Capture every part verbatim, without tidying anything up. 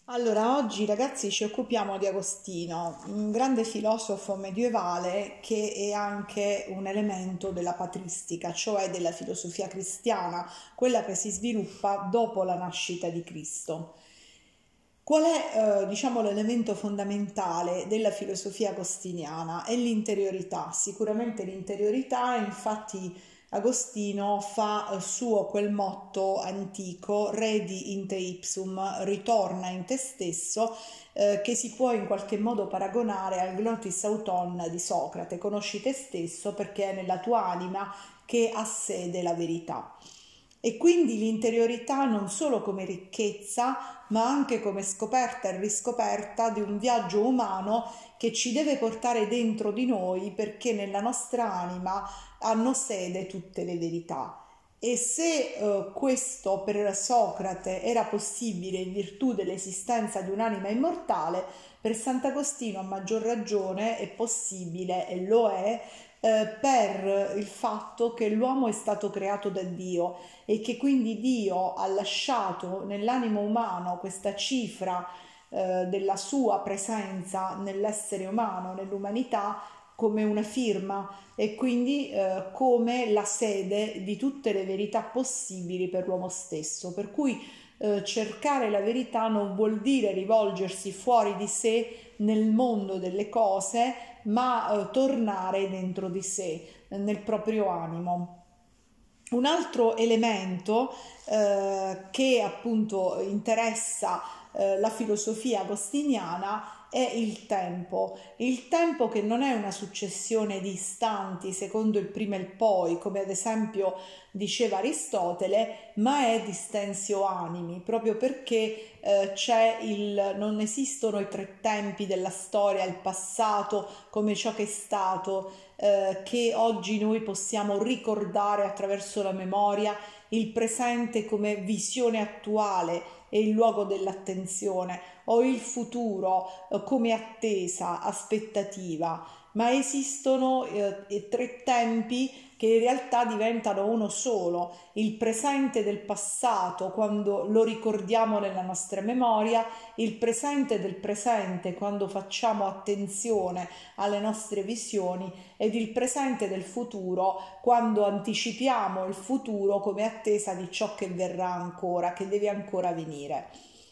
Allora, oggi ragazzi ci occupiamo di Agostino, un grande filosofo medievale che è anche un elemento della patristica, cioè della filosofia cristiana, quella che si sviluppa dopo la nascita di Cristo. Qual è, eh, diciamo, l'elemento fondamentale della filosofia agostiniana? È l'interiorità, sicuramente l'interiorità, infatti Agostino fa eh, suo quel motto antico, Redi in te ipsum, ritorna in te stesso, eh, che si può in qualche modo paragonare al glotis auton di Socrate, conosci te stesso perché è nella tua anima che ha sede la verità. E quindi l'interiorità non solo come ricchezza, ma anche come scoperta e riscoperta di un viaggio umano che ci deve portare dentro di noi perché nella nostra anima hanno sede tutte le verità. E se eh, questo per Socrate era possibile in virtù dell'esistenza di un'anima immortale, per Sant'Agostino a maggior ragione è possibile e lo è eh, per il fatto che l'uomo è stato creato da Dio e che quindi Dio ha lasciato nell'animo umano questa cifra eh, della sua presenza nell'essere umano, nell'umanità, come una firma e quindi eh, come la sede di tutte le verità possibili per l'uomo stesso. Per cui eh, cercare la verità non vuol dire rivolgersi fuori di sé nel mondo delle cose, ma eh, tornare dentro di sé, nel proprio animo. Un altro elemento eh, che appunto interessa eh, la filosofia agostiniana è il tempo. Il tempo che non è una successione di istanti secondo il prima e il poi, come ad esempio diceva Aristotele, ma è distensio animi, proprio perché eh, c'è il, non esistono i tre tempi della storia, il passato come ciò che è stato, eh, che oggi noi possiamo ricordare attraverso la memoria, il presente come visione attuale e il luogo dell'attenzione, o il futuro eh, come attesa, aspettativa, ma esistono eh, tre tempi che in realtà diventano uno solo, il presente del passato quando lo ricordiamo nella nostra memoria, il presente del presente quando facciamo attenzione alle nostre visioni ed il presente del futuro quando anticipiamo il futuro come attesa di ciò che verrà ancora, che deve ancora venire.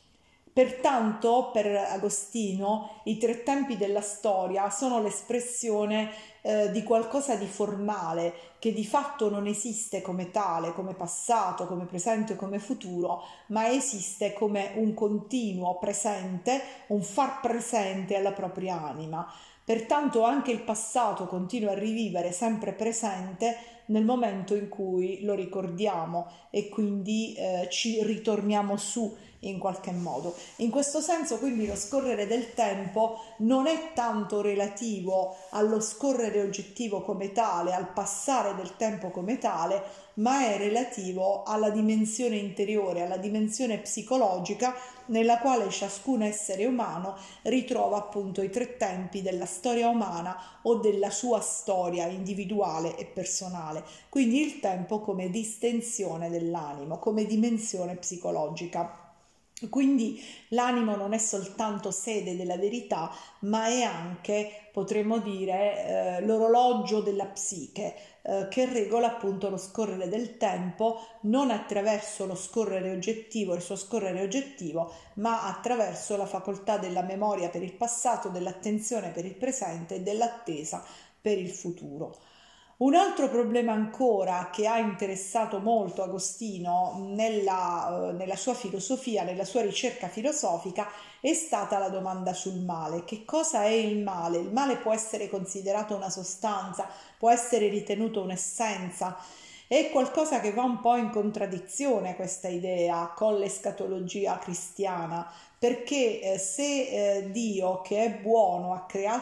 Pertanto, per Agostino, i tre tempi della storia sono l'espressione eh, di qualcosa di formale, che di fatto non esiste come tale, come passato, come presente, come futuro, ma esiste come un continuo presente, un far presente alla propria anima. Pertanto anche il passato continua a rivivere sempre presente nel momento in cui lo ricordiamo e quindi eh, ci ritorniamo su in qualche modo. In questo senso quindi lo scorrere del tempo non è tanto relativo allo scorrere oggettivo come tale, al passare del tempo come tale, ma è relativo alla dimensione interiore, alla dimensione psicologica nella quale ciascun essere umano ritrova appunto i tre tempi della storia umana o della sua storia individuale e personale. Quindi il tempo come distensione dell'animo, come dimensione psicologica. Quindi l'animo non è soltanto sede della verità, ma è anche, potremmo dire, eh, l'orologio della psiche, eh, che regola appunto lo scorrere del tempo, non attraverso lo scorrere oggettivo, il suo scorrere oggettivo, ma attraverso la facoltà della memoria per il passato, dell'attenzione per il presente e dell'attesa per il futuro. Un altro problema ancora che ha interessato molto Agostino nella, eh, nella sua filosofia, nella sua ricerca filosofica, è stata la domanda sul male. Che cosa è il male? Il male può essere considerato una sostanza, può essere ritenuto un'essenza. È qualcosa che va un po' in contraddizione questa idea con l'escatologia cristiana, perché eh, se eh, Dio che è buono ha creato tutto,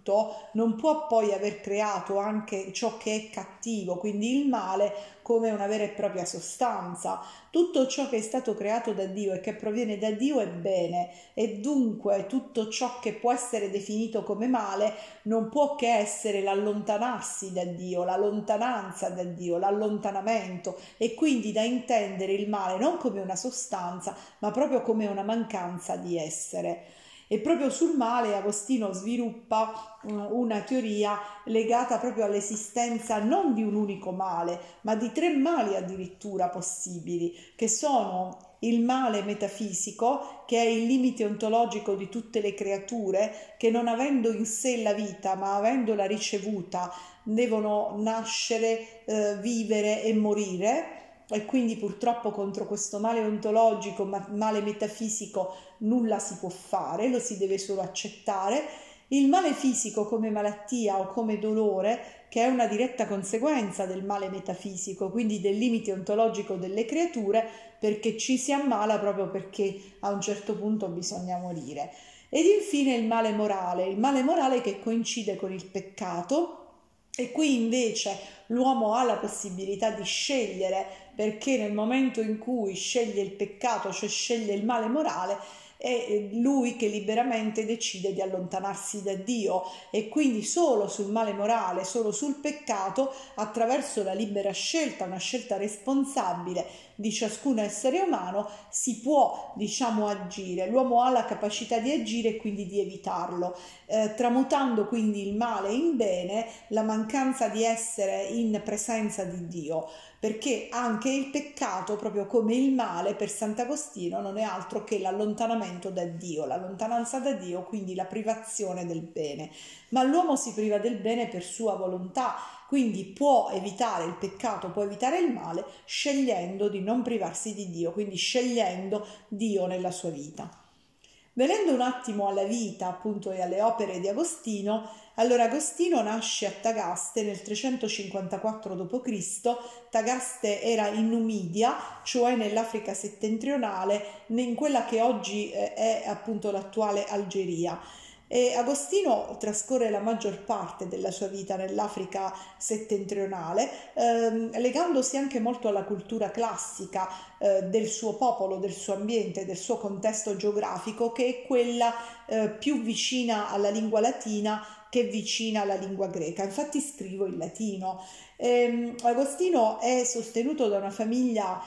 tutto non può poi aver creato anche ciò che è cattivo, quindi il male, come una vera e propria sostanza. Tutto ciò che è stato creato da Dio e che proviene da Dio è bene, e dunque tutto ciò che può essere definito come male non può che essere l'allontanarsi da Dio, la lontananza da Dio, l'allontanamento, e quindi da intendere il male non come una sostanza, ma proprio come una mancanza di essere. E proprio sul male Agostino sviluppa una teoria legata proprio all'esistenza non di un unico male, ma di tre mali addirittura possibili, che sono il male metafisico, che è il limite ontologico di tutte le creature, che non avendo in sé la vita, ma avendola ricevuta, devono nascere, eh, vivere e morire. E quindi purtroppo contro questo male ontologico, ma male metafisico, nulla si può fare, lo si deve solo accettare. Il male fisico come malattia o come dolore, che è una diretta conseguenza del male metafisico, quindi del limite ontologico delle creature, perché ci si ammala proprio perché a un certo punto bisogna morire. Ed infine il male morale, il male morale che coincide con il peccato, e qui invece l'uomo ha la possibilità di scegliere, perché nel momento in cui sceglie il peccato, cioè sceglie il male morale, è lui che liberamente decide di allontanarsi da Dio, e quindi solo sul male morale, solo sul peccato, attraverso la libera scelta, una scelta responsabile di ciascun essere umano, si può, diciamo, agire. L'uomo ha la capacità di agire e quindi di evitarlo, eh, tramutando quindi il male in bene, la mancanza di essere in presenza di Dio, perché anche il peccato, proprio come il male, per Sant'Agostino non è altro che l'allontanamento da Dio, la lontananza da Dio, quindi la privazione del bene. Ma l'uomo si priva del bene per sua volontà, quindi può evitare il peccato, può evitare il male, scegliendo di non privarsi di Dio, quindi scegliendo Dio nella sua vita. Venendo un attimo alla vita, appunto, e alle opere di Agostino, allora Agostino nasce a Tagaste nel trecentocinquantaquattro dopo Cristo. Tagaste era in Numidia, cioè nell'Africa settentrionale, in quella che oggi è appunto l'attuale Algeria. E Agostino trascorre la maggior parte della sua vita nell'Africa settentrionale, ehm, legandosi anche molto alla cultura classica eh, del suo popolo, del suo ambiente, del suo contesto geografico, che è quella eh, più vicina alla lingua latina che vicina alla lingua greca. Infatti scrivo in latino. Eh, Agostino è sostenuto da una famiglia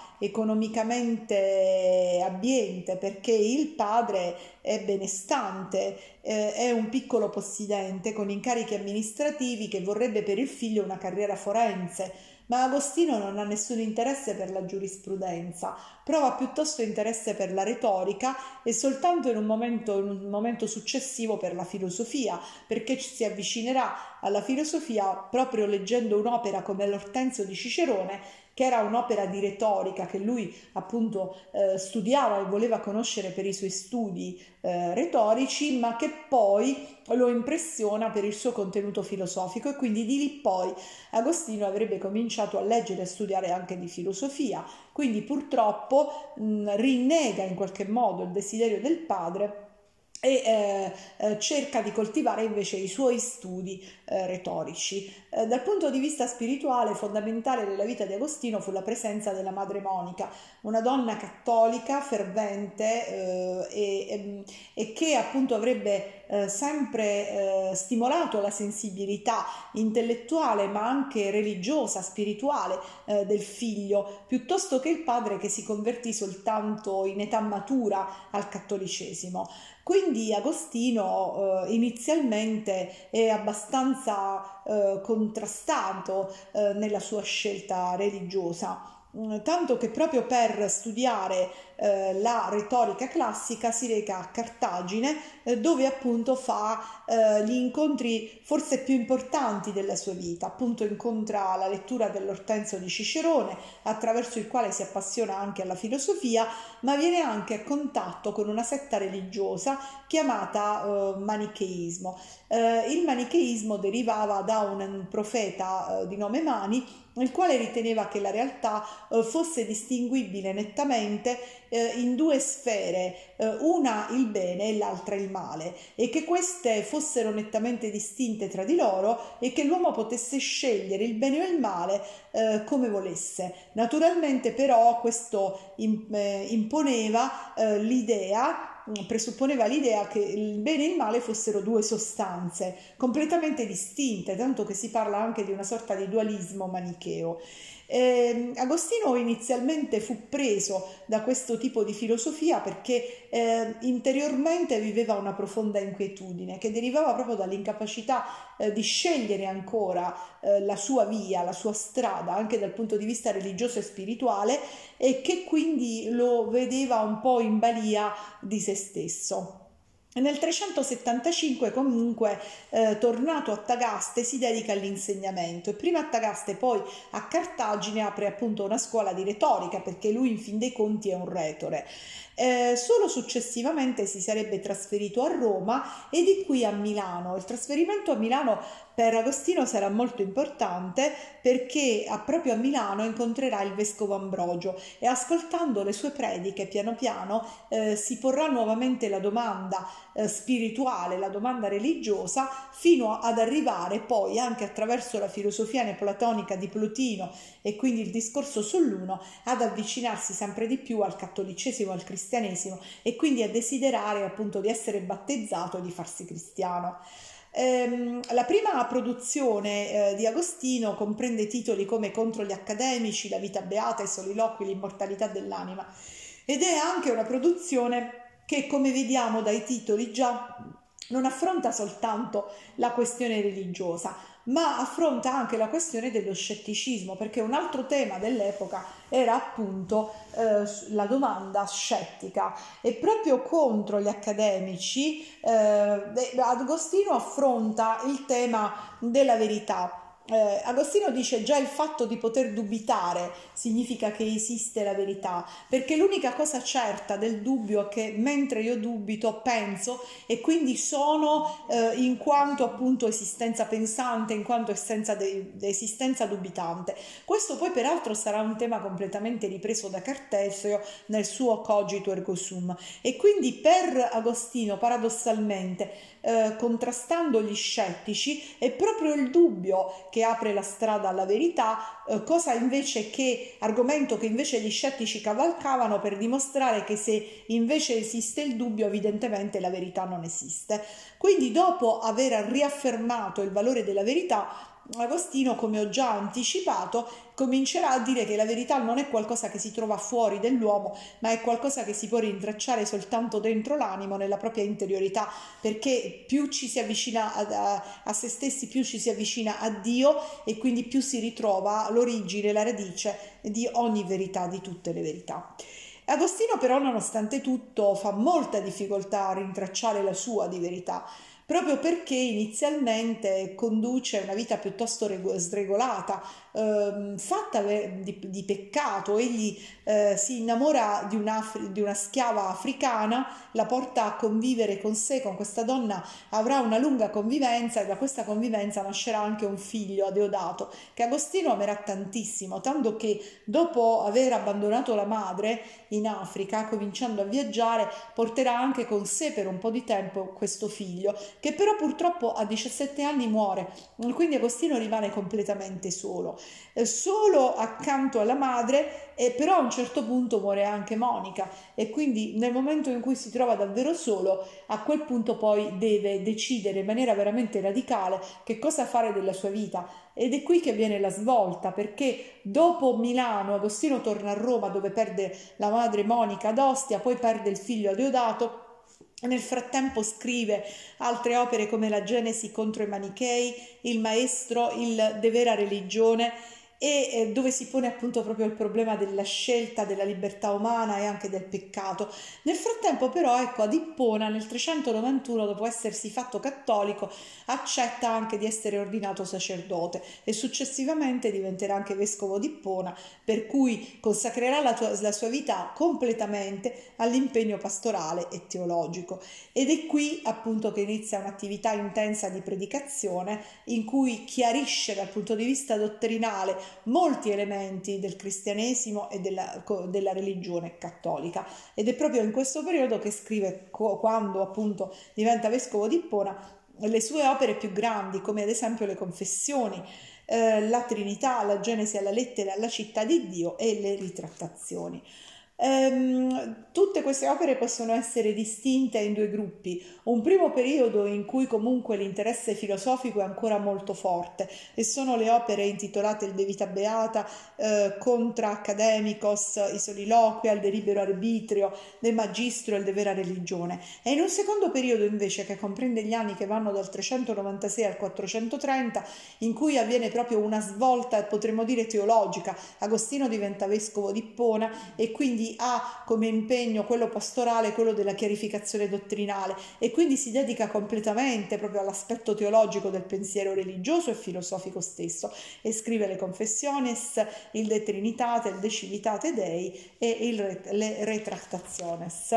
economicamente abbiente, perché il padre è benestante, eh, è un piccolo possidente con incarichi amministrativi che vorrebbe per il figlio una carriera forense. Ma Agostino non ha nessun interesse per la giurisprudenza, prova piuttosto interesse per la retorica, e soltanto in un momento, in un momento successivo per la filosofia, perché ci si avvicinerà alla filosofia proprio leggendo un'opera come l'Ortensio di Cicerone, che era un'opera di retorica che lui appunto eh, studiava e voleva conoscere per i suoi studi eh, retorici, ma che poi lo impressiona per il suo contenuto filosofico, e quindi di lì poi Agostino avrebbe cominciato a leggere e studiare anche di filosofia. Quindi purtroppo mh, rinnega in qualche modo il desiderio del padre e eh, eh, cerca di coltivare invece i suoi studi eh, retorici. Eh, dal punto di vista spirituale, fondamentale nella vita di Agostino fu la presenza della madre Monica, una donna cattolica fervente eh, e, e che appunto avrebbe eh, sempre eh, stimolato la sensibilità intellettuale ma anche religiosa, spirituale eh, del figlio, piuttosto che il padre, che si convertì soltanto in età matura al cattolicesimo. Quindi Agostino eh, inizialmente è abbastanza eh, contrastato eh, nella sua scelta religiosa, tanto che proprio per studiare eh, la retorica classica si reca a Cartagine, eh, dove appunto fa eh, gli incontri forse più importanti della sua vita. Appunto incontra la lettura dell'Ortensio di Cicerone, attraverso il quale si appassiona anche alla filosofia, ma viene anche a contatto con una setta religiosa chiamata eh, manicheismo. Eh, il manicheismo derivava da un, un profeta eh, di nome Mani, il quale riteneva che la realtà eh, fosse distinguibile nettamente eh, in due sfere, eh, una il bene e l'altra il male, e che queste fossero nettamente distinte tra di loro e che l'uomo potesse scegliere il bene o il male eh, come volesse. Naturalmente però questo in, eh, imponeva eh, l'idea presupponeva l'idea che il bene e il male fossero due sostanze completamente distinte, tanto che si parla anche di una sorta di dualismo manicheo. Eh, Agostino inizialmente fu preso da questo tipo di filosofia perché eh, interiormente viveva una profonda inquietudine che derivava proprio dall'incapacità eh, di scegliere ancora eh, la sua via, la sua strada, anche dal punto di vista religioso e spirituale, e che quindi lo vedeva un po' in balia di se stesso. Nel trecentosettantacinque comunque, eh, tornato a Tagaste, si dedica all'insegnamento, e prima a Tagaste e poi a Cartagine apre appunto una scuola di retorica, perché lui in fin dei conti è un retore. Eh, solo successivamente si sarebbe trasferito a Roma e di qui a Milano. Il trasferimento a Milano per Agostino sarà molto importante perché a, proprio a Milano incontrerà il vescovo Ambrogio, e ascoltando le sue prediche piano piano eh, si porrà nuovamente la domanda eh, spirituale, la domanda religiosa, fino ad arrivare poi, anche attraverso la filosofia neoplatonica di Plotino e quindi il discorso sull'uno, ad avvicinarsi sempre di più al cattolicesimo, al cristianesimo, e quindi a desiderare appunto di essere battezzato e di farsi cristiano. Ehm, la prima produzione eh, di Agostino comprende titoli come Contro gli accademici, La vita beata, I soliloqui, L'immortalità dell'anima, ed è anche una produzione che, come vediamo dai titoli già, non affronta soltanto la questione religiosa, ma affronta anche la questione dello scetticismo, perché un altro tema dell'epoca era appunto eh, la domanda scettica, e proprio contro gli accademici eh, Agostino affronta il tema della verità. Eh, Agostino dice: già il fatto di poter dubitare significa che esiste la verità, perché l'unica cosa certa del dubbio è che mentre io dubito penso, e quindi sono eh, in quanto appunto esistenza pensante, in quanto essenza de- de esistenza dubitante. Questo poi peraltro sarà un tema completamente ripreso da Cartesio nel suo Cogito ergo sum, e quindi per Agostino paradossalmente, Eh, contrastando gli scettici, è proprio il dubbio che apre la strada alla verità, eh, cosa invece che argomento che invece gli scettici cavalcavano per dimostrare che se invece esiste il dubbio, evidentemente la verità non esiste. Quindi, dopo aver riaffermato il valore della verità, Agostino, come ho già anticipato, comincerà a dire che la verità non è qualcosa che si trova fuori dell'uomo, ma è qualcosa che si può rintracciare soltanto dentro l'animo, nella propria interiorità, perché più ci si avvicina a, a, a se stessi, più ci si avvicina a Dio, e quindi più si ritrova l'origine, la radice di ogni verità, di tutte le verità. Agostino però, nonostante tutto, fa molta difficoltà a rintracciare la sua di verità, proprio perché inizialmente conduce una vita piuttosto sregolata, ehm, fatta di, di peccato. Egli eh, si innamora di una, di una schiava africana, la porta a convivere con sé, con questa donna avrà una lunga convivenza, e da questa convivenza nascerà anche un figlio, Adeodato, che Agostino amerà tantissimo, tanto che dopo aver abbandonato la madre in Africa, cominciando a viaggiare, porterà anche con sé per un po' di tempo questo figlio, che però purtroppo a diciassette anni muore, quindi Agostino rimane completamente solo, eh, solo accanto alla madre, e però a un certo punto muore anche Monica, e quindi nel momento in cui si trova davvero solo, a quel punto poi deve decidere in maniera veramente radicale che cosa fare della sua vita. Ed è qui che viene la svolta, perché dopo Milano Agostino torna a Roma, dove perde la madre Monica ad Ostia, poi perde il figlio Adeodato. Nel frattempo scrive altre opere come la Genesi contro i Manichei, il Maestro, il De vera religione, e eh, dove si pone appunto proprio il problema della scelta, della libertà umana e anche del peccato. Nel frattempo però, ecco, ad Ippona nel trecentonovantuno, dopo essersi fatto cattolico, accetta anche di essere ordinato sacerdote, e successivamente diventerà anche vescovo di Ippona, per cui consacrerà la, tua, la sua vita completamente all'impegno pastorale e teologico. Ed è qui appunto che inizia un'attività intensa di predicazione, in cui chiarisce dal punto di vista dottrinale molti elementi del cristianesimo e della, della religione cattolica, ed è proprio in questo periodo che scrive, quando appunto diventa vescovo di Ippona, le sue opere più grandi, come ad esempio le Confessioni, eh, la Trinità, la Genesi alla lettera alla città di Dio e le Ritrattazioni. Ehm, tutte queste opere possono essere distinte in due gruppi: un primo periodo in cui comunque l'interesse filosofico è ancora molto forte, e sono le opere intitolate il De Vita Beata, eh, Contra Academicos, i Soliloquia, il De Libero Arbitrio, De Magistro e il De Vera Religione. E in un secondo periodo invece, che comprende gli anni che vanno dal trecentonovantasei al quattrocentotrenta, in cui avviene proprio una svolta, potremmo dire teologica. Agostino diventa vescovo di Ippona e quindi ha come impegno quello pastorale, quello della chiarificazione dottrinale, e quindi si dedica completamente proprio all'aspetto teologico del pensiero religioso e filosofico stesso, e scrive le Confessiones, il De Trinitate, il De Civitate Dei e il, le Retractationes.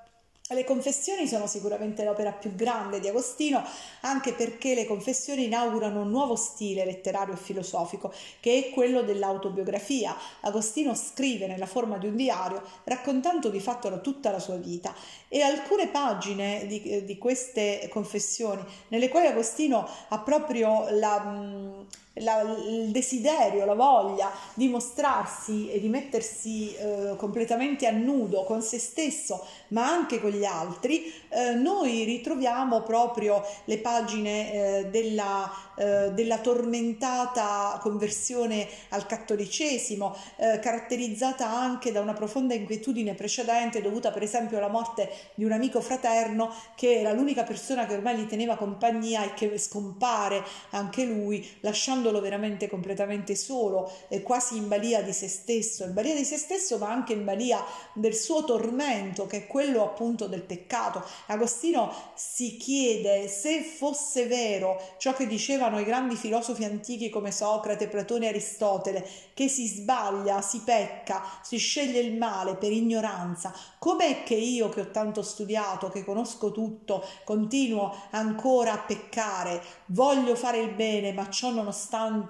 Le Confessioni sono sicuramente l'opera più grande di Agostino, anche perché le Confessioni inaugurano un nuovo stile letterario e filosofico, che è quello dell'autobiografia. Agostino scrive nella forma di un diario, raccontando di fatto tutta la sua vita, e alcune pagine di, di queste Confessioni, nelle quali Agostino ha proprio la... La, il desiderio, la voglia di mostrarsi e di mettersi eh, completamente a nudo con se stesso, ma anche con gli altri, eh, noi ritroviamo proprio le pagine eh, della, eh, della tormentata conversione al cattolicesimo, eh, caratterizzata anche da una profonda inquietudine precedente, dovuta per esempio alla morte di un amico fraterno, che era l'unica persona che ormai gli teneva compagnia e che scompare anche lui, lasciando veramente completamente solo, e quasi in balia di se stesso, in balia di se stesso ma anche in balia del suo tormento, che è quello appunto del peccato. Agostino si chiede se fosse vero ciò che dicevano i grandi filosofi antichi come Socrate, Platone e Aristotele, che si sbaglia, si pecca, si sceglie il male per ignoranza, com'è che io, che ho tanto studiato, che conosco tutto, continuo ancora a peccare? Voglio fare il bene, ma ciò nonostante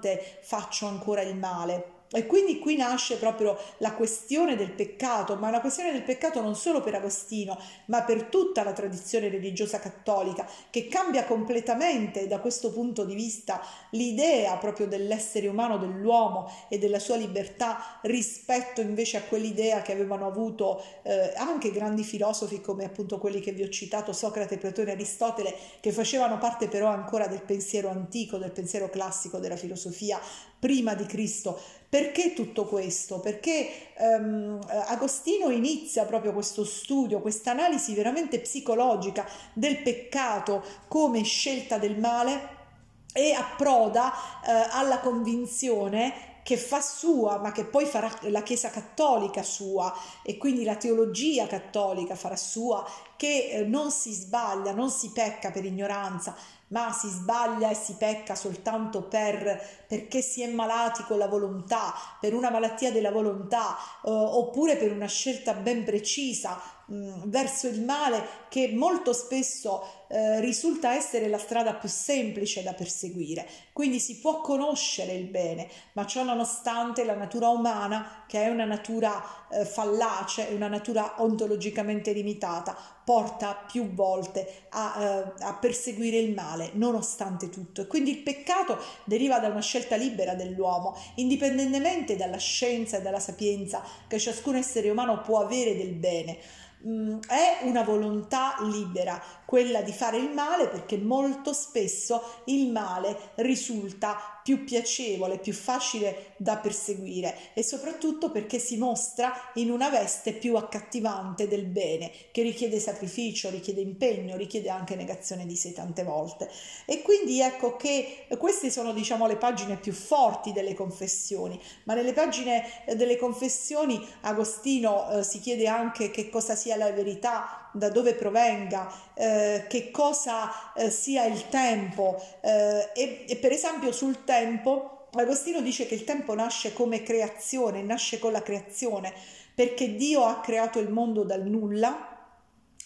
faccio ancora il male. E quindi qui nasce proprio la questione del peccato, ma la questione del peccato non solo per Agostino, ma per tutta la tradizione religiosa cattolica, che cambia completamente da questo punto di vista l'idea proprio dell'essere umano, dell'uomo e della sua libertà, rispetto invece a quell'idea che avevano avuto eh, anche grandi filosofi come appunto quelli che vi ho citato, Socrate, Platone e Aristotele, che facevano parte però ancora del pensiero antico, del pensiero classico della filosofia prima di Cristo. Perché tutto questo? Perché um, Agostino inizia proprio questo studio, questa analisi veramente psicologica del peccato come scelta del male, e approda uh, alla convinzione che fa sua, ma che poi farà la Chiesa cattolica sua, e quindi la teologia cattolica farà sua, che eh, non si sbaglia, non si pecca per ignoranza, ma si sbaglia e si pecca soltanto per, perché si è malati con la volontà, per una malattia della volontà, eh, oppure per una scelta ben precisa mh, verso il male, che molto spesso eh, risulta essere la strada più semplice da perseguire. Quindi si può conoscere il bene, ma ciò nonostante la natura umana, che è una natura eh, fallace, una natura ontologicamente limitata, porta più volte a, eh, a perseguire il male nonostante tutto. E quindi il peccato deriva da una scelta libera dell'uomo, indipendentemente dalla scienza e dalla sapienza che ciascun essere umano può avere del bene. Mm, è una volontà libera quella di fare il male, perché molto spesso il male risulta più piacevole, più facile da perseguire, e soprattutto perché si mostra in una veste più accattivante del bene, che richiede sacrificio, richiede impegno, richiede anche negazione di sé tante volte. E quindi ecco che queste sono, diciamo, le pagine più forti delle Confessioni. Ma nelle pagine delle Confessioni Agostino eh, si chiede anche che cosa sia la verità, da dove provenga, eh, che cosa eh, sia il tempo, eh, e, e per esempio sul tempo Agostino dice che il tempo nasce come creazione, nasce con la creazione, perché Dio ha creato il mondo dal nulla,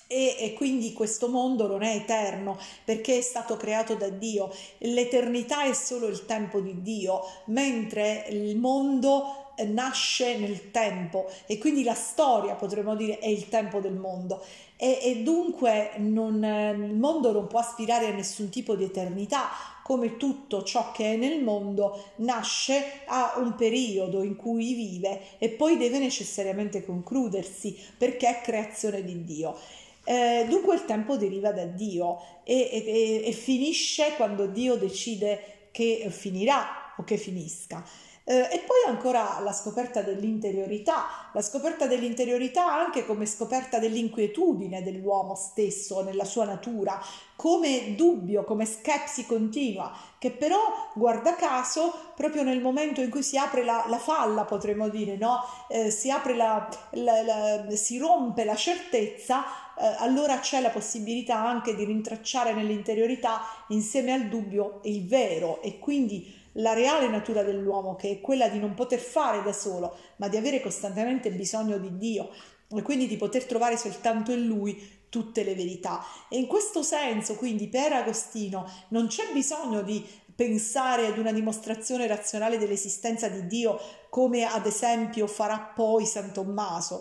E, e quindi questo mondo non è eterno perché è stato creato da Dio. L'eternità è solo il tempo di Dio, mentre il mondo nasce nel tempo, e quindi la storia, potremmo dire, è il tempo del mondo. E, e dunque non, il mondo non può aspirare a nessun tipo di eternità, come tutto ciò che è nel mondo nasce a un periodo in cui vive e poi deve necessariamente concludersi perché è creazione di Dio. Eh, dunque il tempo deriva da Dio e, e, e finisce quando Dio decide che finirà o che finisca. Eh, e poi ancora la scoperta dell'interiorità, la scoperta dell'interiorità anche come scoperta dell'inquietudine dell'uomo stesso nella sua natura, come dubbio, come skepsi continua, che però, guarda caso, proprio nel momento in cui si apre la, la falla, potremmo dire, no? Eh, si apre la, la, la, si rompe la certezza, eh, allora c'è la possibilità anche di rintracciare nell'interiorità, insieme al dubbio, il vero, e quindi la reale natura dell'uomo, che è quella di non poter fare da solo, ma di avere costantemente bisogno di Dio, e quindi di poter trovare soltanto in Lui tutte le verità. E in questo senso, quindi, per Agostino non c'è bisogno di pensare ad una dimostrazione razionale dell'esistenza di Dio, come ad esempio farà poi San Tommaso,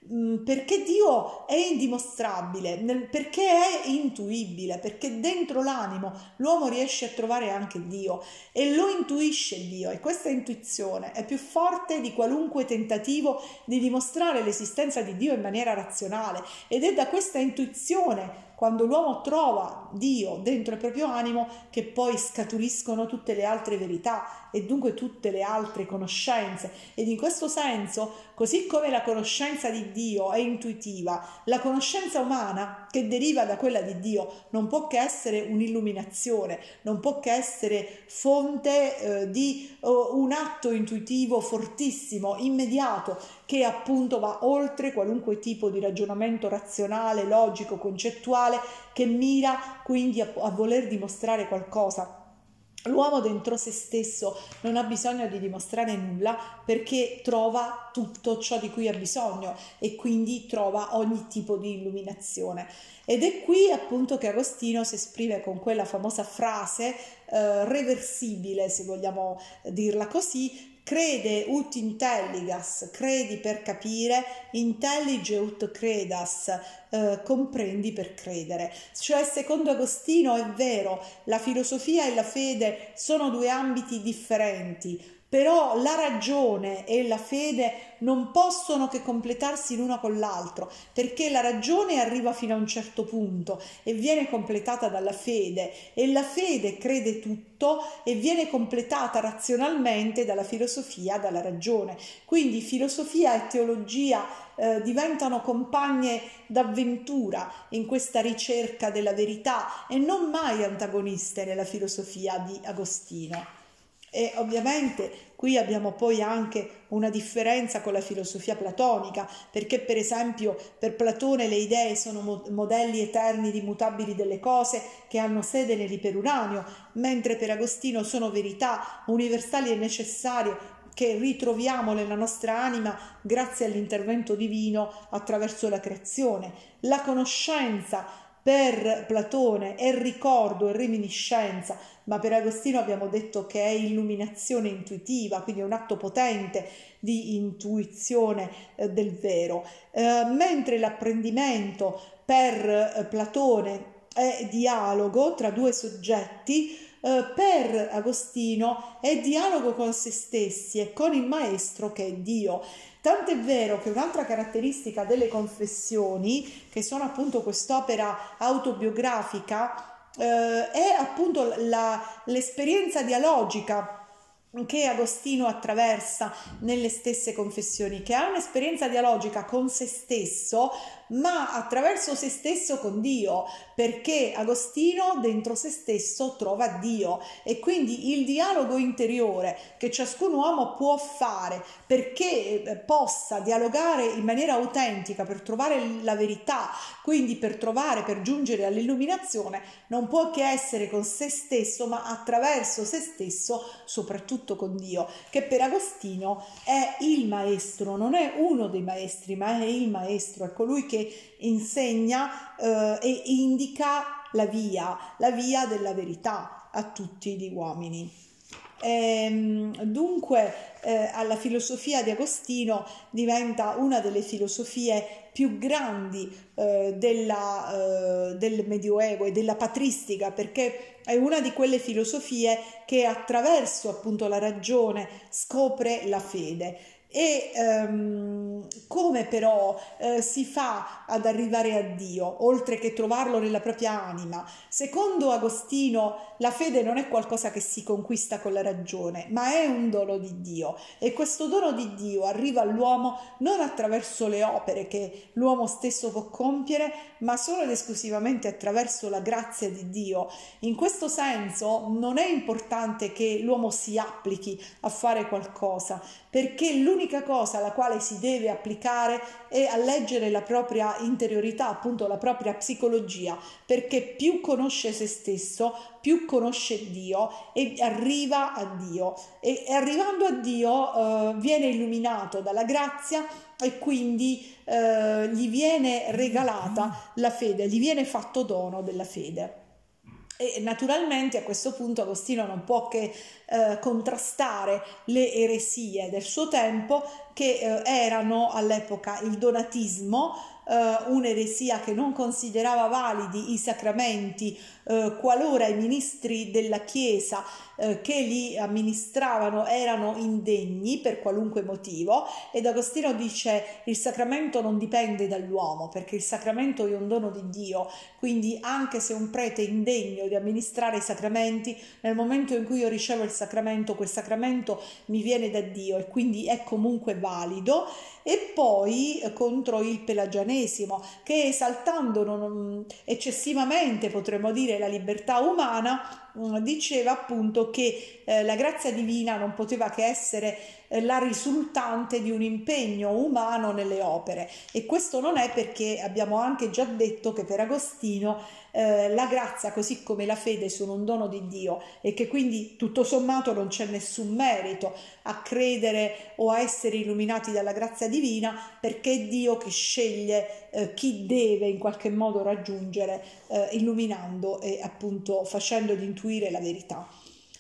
perché Dio è indimostrabile, perché è intuibile, perché dentro l'animo l'uomo riesce a trovare anche Dio e lo intuisce Dio, e questa intuizione è più forte di qualunque tentativo di dimostrare l'esistenza di Dio in maniera razionale, ed è da questa intuizione, quando l'uomo trova Dio dentro il proprio animo, che poi scaturiscono tutte le altre verità e dunque tutte le altre conoscenze. Ed in questo senso, così come la conoscenza di Dio è intuitiva, la conoscenza umana che deriva da quella di Dio non può che essere un'illuminazione, non può che essere fonte eh, di uh, un atto intuitivo fortissimo, immediato, che appunto va oltre qualunque tipo di ragionamento razionale, logico, concettuale, che mira quindi a, a voler dimostrare qualcosa. L'uomo dentro se stesso non ha bisogno di dimostrare nulla, perché trova tutto ciò di cui ha bisogno e quindi trova ogni tipo di illuminazione. Ed è qui appunto che Agostino si esprime con quella famosa frase eh, reversibile, se vogliamo dirla così: crede ut intelligas, credi per capire, intellige ut credas, eh, comprendi per credere. Cioè, secondo Agostino, è vero, la filosofia e la fede sono due ambiti differenti, però la ragione e la fede non possono che completarsi l'una con l'altro, perché la ragione arriva fino a un certo punto e viene completata dalla fede, e la fede crede tutto e viene completata razionalmente dalla filosofia, dalla ragione. Quindi filosofia e teologia eh, diventano compagne d'avventura in questa ricerca della verità e non mai antagoniste nella filosofia di Agostino. E ovviamente qui abbiamo poi anche una differenza con la filosofia platonica, perché per esempio per Platone le idee sono modelli eterni di mutabili delle cose che hanno sede nell'iperuranio, mentre per Agostino sono verità universali e necessarie che ritroviamo nella nostra anima grazie all'intervento divino attraverso la creazione. La conoscenza per Platone è ricordo e reminiscenza, ma per Agostino abbiamo detto che è illuminazione intuitiva, quindi è un atto potente di intuizione eh, del vero, eh, mentre l'apprendimento per eh, Platone è dialogo tra due soggetti, eh, per Agostino è dialogo con se stessi e con il maestro che è Dio. Tant'è vero che un'altra caratteristica delle confessioni, che sono appunto quest'opera autobiografica, eh, è appunto la, l'esperienza dialogica che Agostino attraversa nelle stesse confessioni, che ha un'esperienza dialogica con se stesso, ma attraverso se stesso con Dio, perché Agostino dentro se stesso trova Dio, e quindi il dialogo interiore che ciascun uomo può fare perché possa dialogare in maniera autentica per trovare la verità, quindi per trovare, per giungere all'illuminazione, non può che essere con se stesso, ma attraverso se stesso, soprattutto con Dio, che per Agostino è il maestro, non è uno dei maestri, ma è il maestro, è colui che che insegna eh, e indica la via, la via della verità a tutti gli uomini. E, dunque eh, alla filosofia di Agostino diventa una delle filosofie più grandi eh, della, eh, del Medioevo e della patristica, perché è una di quelle filosofie che attraverso appunto la ragione scopre la fede. E ehm, come però eh, si fa ad arrivare a Dio, oltre che trovarlo nella propria anima? Secondo Agostino la fede non è qualcosa che si conquista con la ragione, ma è un dono di Dio, e questo dono di Dio arriva all'uomo non attraverso le opere che l'uomo stesso può compiere, ma solo ed esclusivamente attraverso la grazia di Dio. In questo senso non è importante che l'uomo si applichi a fare qualcosa, perché l'unica cosa alla quale si deve applicare è a leggere la propria interiorità, appunto la propria psicologia, perché più conosce se stesso, più conosce Dio e arriva a Dio, e arrivando a Dio eh, viene illuminato dalla grazia, e quindi eh, gli viene regalata la fede, gli viene fatto dono della fede. E naturalmente a questo punto Agostino non può che eh, contrastare le eresie del suo tempo, che eh, erano all'epoca il donatismo, eh, un'eresia che non considerava validi i sacramenti eh, qualora i ministri della Chiesa eh, che li amministravano erano indegni per qualunque motivo. Ed Agostino dice: il sacramento non dipende dall'uomo, perché il sacramento è un dono di Dio, quindi anche se un prete è indegno di amministrare i sacramenti, nel momento in cui io ricevo il sacramento, quel sacramento mi viene da Dio e quindi è comunque valido. E poi eh, contro il pelagianesimo, che esaltando non, eccessivamente, potremmo dire, la libertà umana, mh, diceva appunto che eh, la grazia divina non poteva che essere eh, la risultante di un impegno umano nelle opere. E questo non è, perché abbiamo anche già detto che per Agostino eh, la grazia, così come la fede, sono un dono di Dio, e che quindi tutto sommato non c'è nessun merito a credere o a essere illuminati dalla grazia divina, perché è Dio che sceglie eh, chi deve in qualche modo raggiungere, eh, illuminando e appunto facendo di intuire la verità.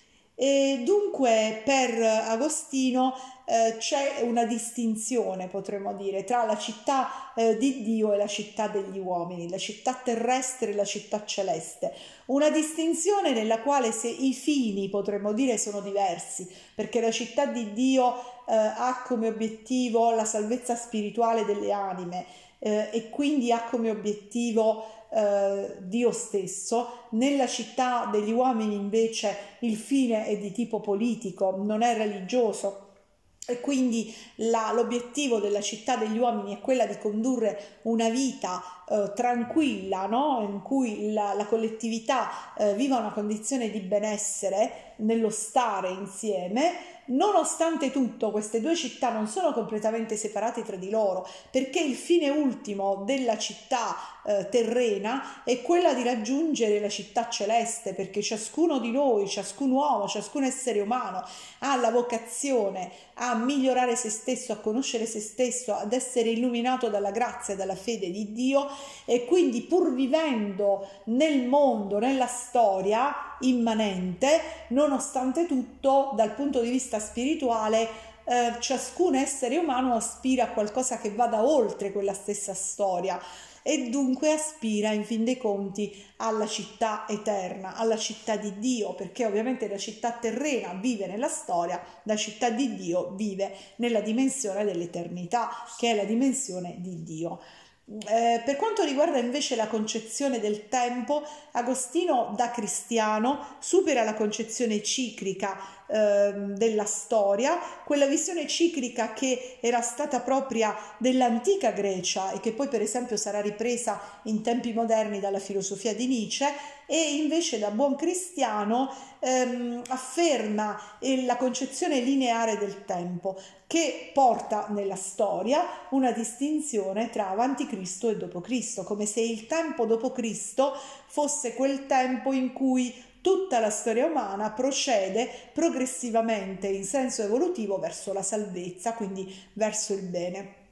E dunque per Agostino eh, c'è una distinzione, potremmo dire, tra la città eh, di Dio e la città degli uomini, la città terrestre e la città celeste. Una distinzione nella quale, se i fini, potremmo dire, sono diversi, perché la città di Dio eh, ha come obiettivo la salvezza spirituale delle anime eh, e quindi ha come obiettivo Uh, Dio stesso. Nella città degli uomini invece il fine è di tipo politico, non è religioso, e quindi la, l'obiettivo della città degli uomini è quella di condurre una vita uh, tranquilla, no? In cui la, la collettività uh, viva una condizione di benessere nello stare insieme. Nonostante tutto, queste due città non sono completamente separate tra di loro, perché il fine ultimo della città eh, terrena è quella di raggiungere la città celeste, perché ciascuno di noi, ciascun uomo, ciascun essere umano ha la vocazione a migliorare se stesso, a conoscere se stesso, ad essere illuminato dalla grazia e dalla fede di Dio, e quindi, pur vivendo nel mondo, nella storia immanente, nonostante tutto, dal punto di vista spirituale, eh, ciascun essere umano aspira a qualcosa che vada oltre quella stessa storia, e dunque aspira in fin dei conti alla città eterna, alla città di Dio, perché ovviamente la città terrena vive nella storia, la città di Dio vive nella dimensione dell'eternità, che è la dimensione di Dio. Eh, per quanto riguarda invece la concezione del tempo, Agostino da cristiano supera la concezione ciclica eh, della storia, quella visione ciclica che era stata propria dell'antica Grecia e che poi per esempio sarà ripresa in tempi moderni dalla filosofia di Nietzsche, e invece da buon cristiano ehm, afferma la concezione lineare del tempo, che porta nella storia una distinzione tra avanti Cristo e dopo Cristo, come se il tempo dopo Cristo fosse quel tempo in cui tutta la storia umana procede progressivamente in senso evolutivo verso la salvezza, quindi verso il bene.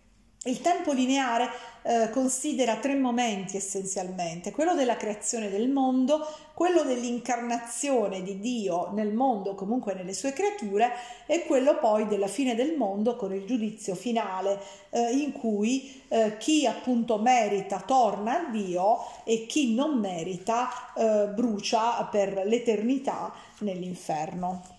Il tempo lineare eh, considera tre momenti essenzialmente: quello della creazione del mondo, quello dell'incarnazione di Dio nel mondo, comunque nelle sue creature, e quello poi della fine del mondo con il giudizio finale, eh, in cui eh, chi appunto merita torna a Dio e chi non merita eh, brucia per l'eternità nell'inferno.